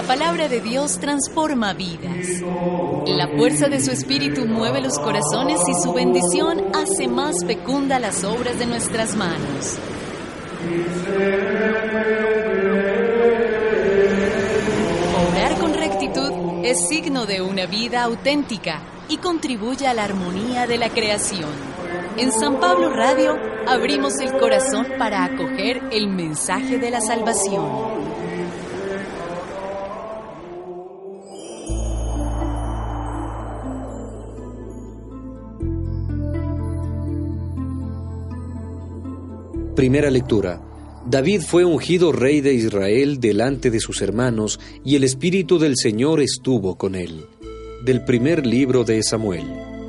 La palabra de Dios transforma vidas. La fuerza de su Espíritu mueve los corazones y su bendición hace más fecunda las obras de nuestras manos. Obrar con rectitud es signo de una vida auténtica y contribuye a la armonía de la creación. En San Pablo Radio abrimos el corazón para acoger el mensaje de la salvación. Primera lectura. David fue ungido rey de Israel delante de sus hermanos, y el Espíritu del Señor estuvo con él. Del primer libro de Samuel.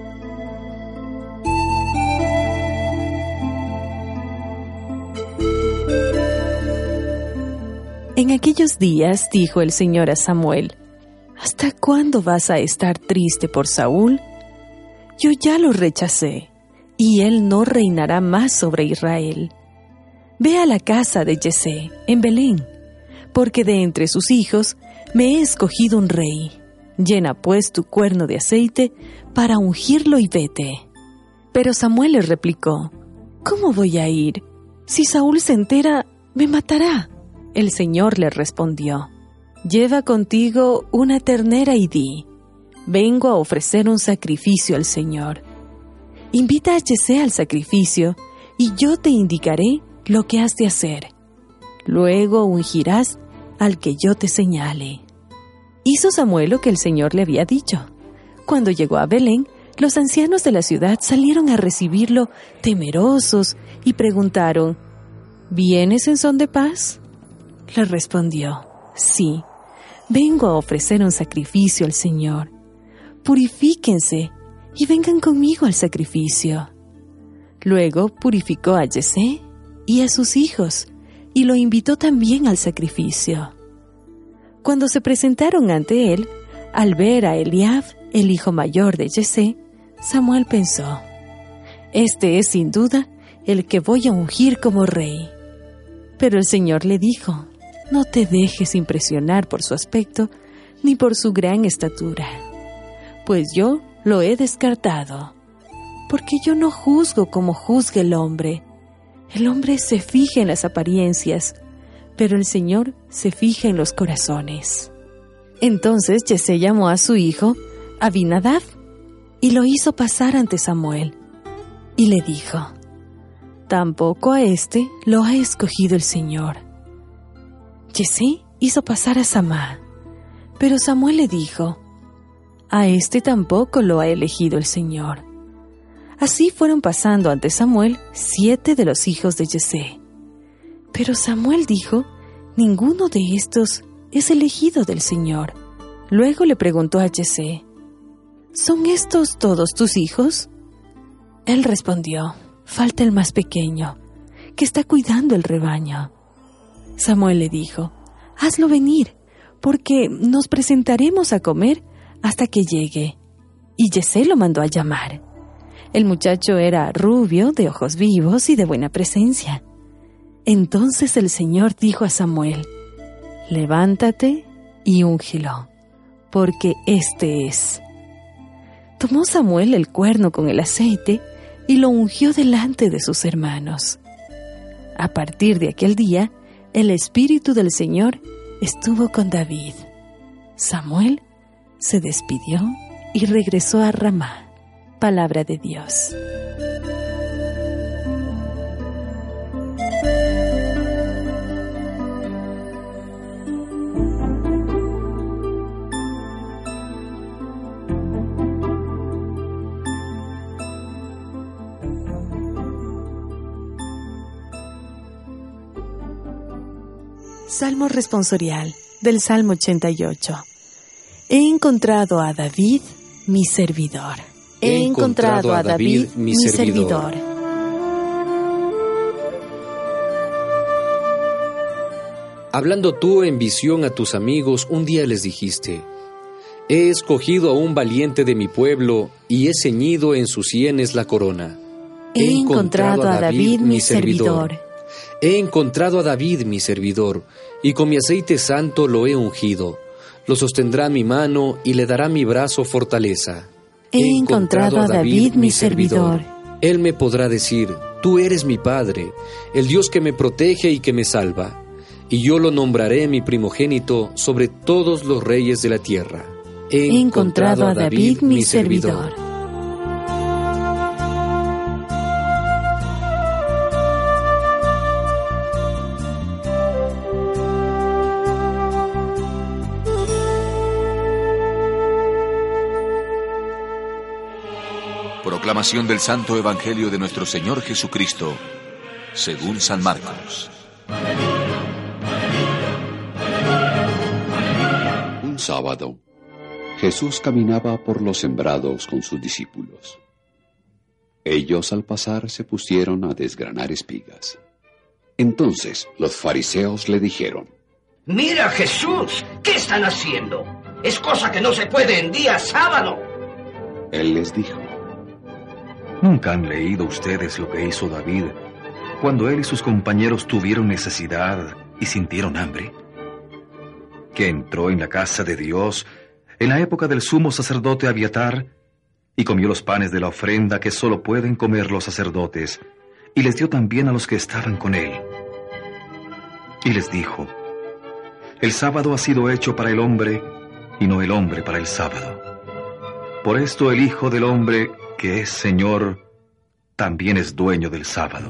En aquellos días dijo el Señor a Samuel: ¿Hasta cuándo vas a estar triste por Saúl? Yo ya lo rechacé, y él no reinará más sobre Israel. Ve a la casa de Yesé, en Belén, porque de entre sus hijos me he escogido un rey. Llena pues tu cuerno de aceite para ungirlo y vete. Pero Samuel le replicó: ¿Cómo voy a ir? Si Saúl se entera, me matará. El Señor le respondió: Lleva contigo una ternera y di: vengo a ofrecer un sacrificio al Señor. Invita a Yesé al sacrificio, y yo te indicaré lo que has de hacer. Luego ungirás al que yo te señale. Hizo Samuel lo que el Señor le había dicho. Cuando llegó a Belén, los ancianos de la ciudad salieron a recibirlo temerosos y preguntaron: ¿vienes en son de paz? Le respondió: sí, vengo a ofrecer un sacrificio al Señor. Purifíquense y vengan conmigo al sacrificio. Luego purificó a Yesé y a sus hijos, y lo invitó también al sacrificio. Cuando se presentaron ante él, al ver a Eliab, el hijo mayor de Yesé, Samuel pensó: este es sin duda el que voy a ungir como rey. Pero el Señor le dijo: no te dejes impresionar por su aspecto, ni por su gran estatura, pues yo lo he descartado, porque yo no juzgo como juzga el hombre. El hombre se fija en las apariencias, pero el Señor se fija en los corazones. Entonces Yesé llamó a su hijo Abinadab y lo hizo pasar ante Samuel, y le dijo: tampoco a este lo ha escogido el Señor. Yesé hizo pasar a Samá, pero Samuel le dijo: a este tampoco lo ha elegido el Señor. Así fueron pasando ante Samuel 7 de los hijos de Yesé. Pero Samuel dijo: ninguno de estos es elegido del Señor. Luego le preguntó a Yesé: ¿son estos todos tus hijos? Él respondió: falta el más pequeño, que está cuidando el rebaño. Samuel le dijo: hazlo venir, porque nos presentaremos a comer hasta que llegue. Y Yesé lo mandó a llamar. El muchacho era rubio, de ojos vivos y de buena presencia. Entonces el Señor dijo a Samuel: levántate y úngelo, porque este es. Tomó Samuel el cuerno con el aceite y lo ungió delante de sus hermanos. A partir de aquel día, el Espíritu del Señor estuvo con David. Samuel se despidió y regresó a Ramá. Palabra de Dios. Salmo responsorial del Salmo 88. He encontrado a David, mi servidor. He encontrado a David, mi servidor. Hablando tú en visión a tus amigos, un día les dijiste: he escogido a un valiente de mi pueblo y he ceñido en sus sienes la corona. He encontrado a David, mi servidor. He encontrado a David, mi servidor, y con mi aceite santo lo he ungido. lo sostendrá mi mano y le dará mi brazo fortaleza. He encontrado a David, mi servidor. Él me podrá decir: tú eres mi Padre, el Dios que me protege y que me salva. Y yo lo nombraré mi primogénito sobre todos los reyes de la tierra. He encontrado a David, mi servidor. Proclamación del Santo Evangelio de nuestro Señor Jesucristo, según San Marcos. Un sábado, Jesús caminaba por los sembrados con sus discípulos. Ellos al pasar se pusieron a desgranar espigas. Entonces los fariseos le dijeron: Mira, Jesús, ¿qué están haciendo? Es cosa que no se puede en día sábado. Él les dijo: ¿Nunca han leído ustedes lo que hizo David cuando él y sus compañeros tuvieron necesidad y sintieron hambre? Que entró en la casa de Dios en la época del sumo sacerdote Abiatar y comió los panes de la ofrenda que solo pueden comer los sacerdotes, y les dio también a los que estaban con él. Y les dijo: el sábado ha sido hecho para el hombre y no el hombre para el sábado. Por esto el Hijo del Hombre, que es Señor, también es dueño del sábado.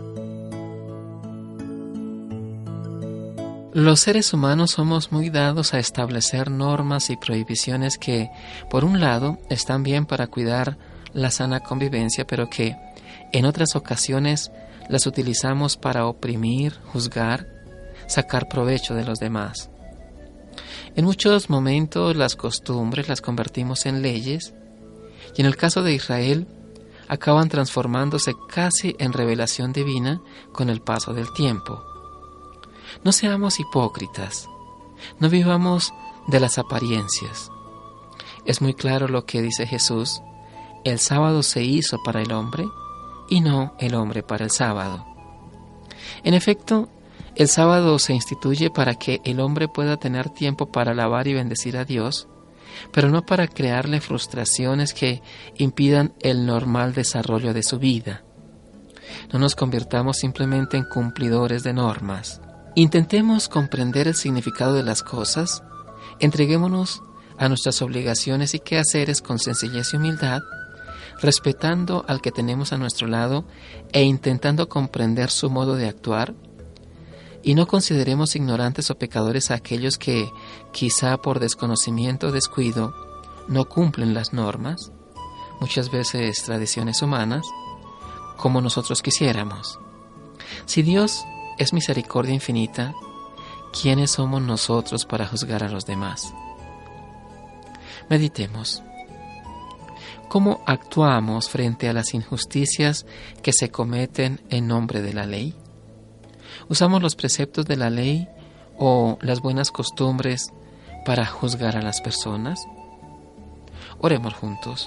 Los seres humanos somos muy dados a establecer normas y prohibiciones que, por un lado, están bien para cuidar la sana convivencia, pero que, en otras ocasiones, las utilizamos para oprimir, juzgar, sacar provecho de los demás. En muchos momentos las costumbres las convertimos en leyes, y en el caso de Israel, acaban transformándose casi en revelación divina con el paso del tiempo. No seamos hipócritas, no vivamos de las apariencias. Es muy claro lo que dice Jesús: el sábado se hizo para el hombre y no el hombre para el sábado. En efecto, el sábado se instituye para que el hombre pueda tener tiempo para alabar y bendecir a Dios, pero no para crearle frustraciones que impidan el normal desarrollo de su vida. No nos convirtamos simplemente en cumplidores de normas. Intentemos comprender el significado de las cosas, entreguémonos a nuestras obligaciones y quehaceres con sencillez y humildad, respetando al que tenemos a nuestro lado e intentando comprender su modo de actuar, y no consideremos ignorantes o pecadores a aquellos que, quizá por desconocimiento o descuido, no cumplen las normas, muchas veces tradiciones humanas, como nosotros quisiéramos. Si Dios es misericordia infinita, ¿quiénes somos nosotros para juzgar a los demás? Meditemos. ¿Cómo actuamos frente a las injusticias que se cometen en nombre de la ley? ¿Usamos los preceptos de la ley o las buenas costumbres para juzgar a las personas? Oremos juntos.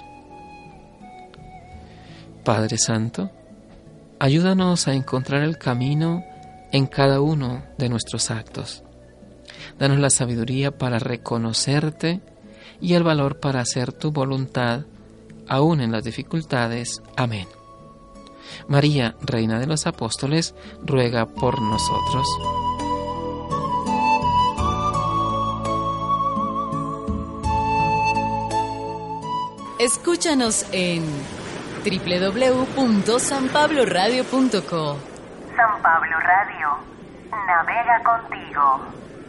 Padre Santo, ayúdanos a encontrar el camino en cada uno de nuestros actos. Danos la sabiduría para reconocerte y el valor para hacer tu voluntad, aún en las dificultades. Amén. María, Reina de los Apóstoles, ruega por nosotros. Escúchanos en www.sanpabloradio.co. San Pablo Radio, navega contigo.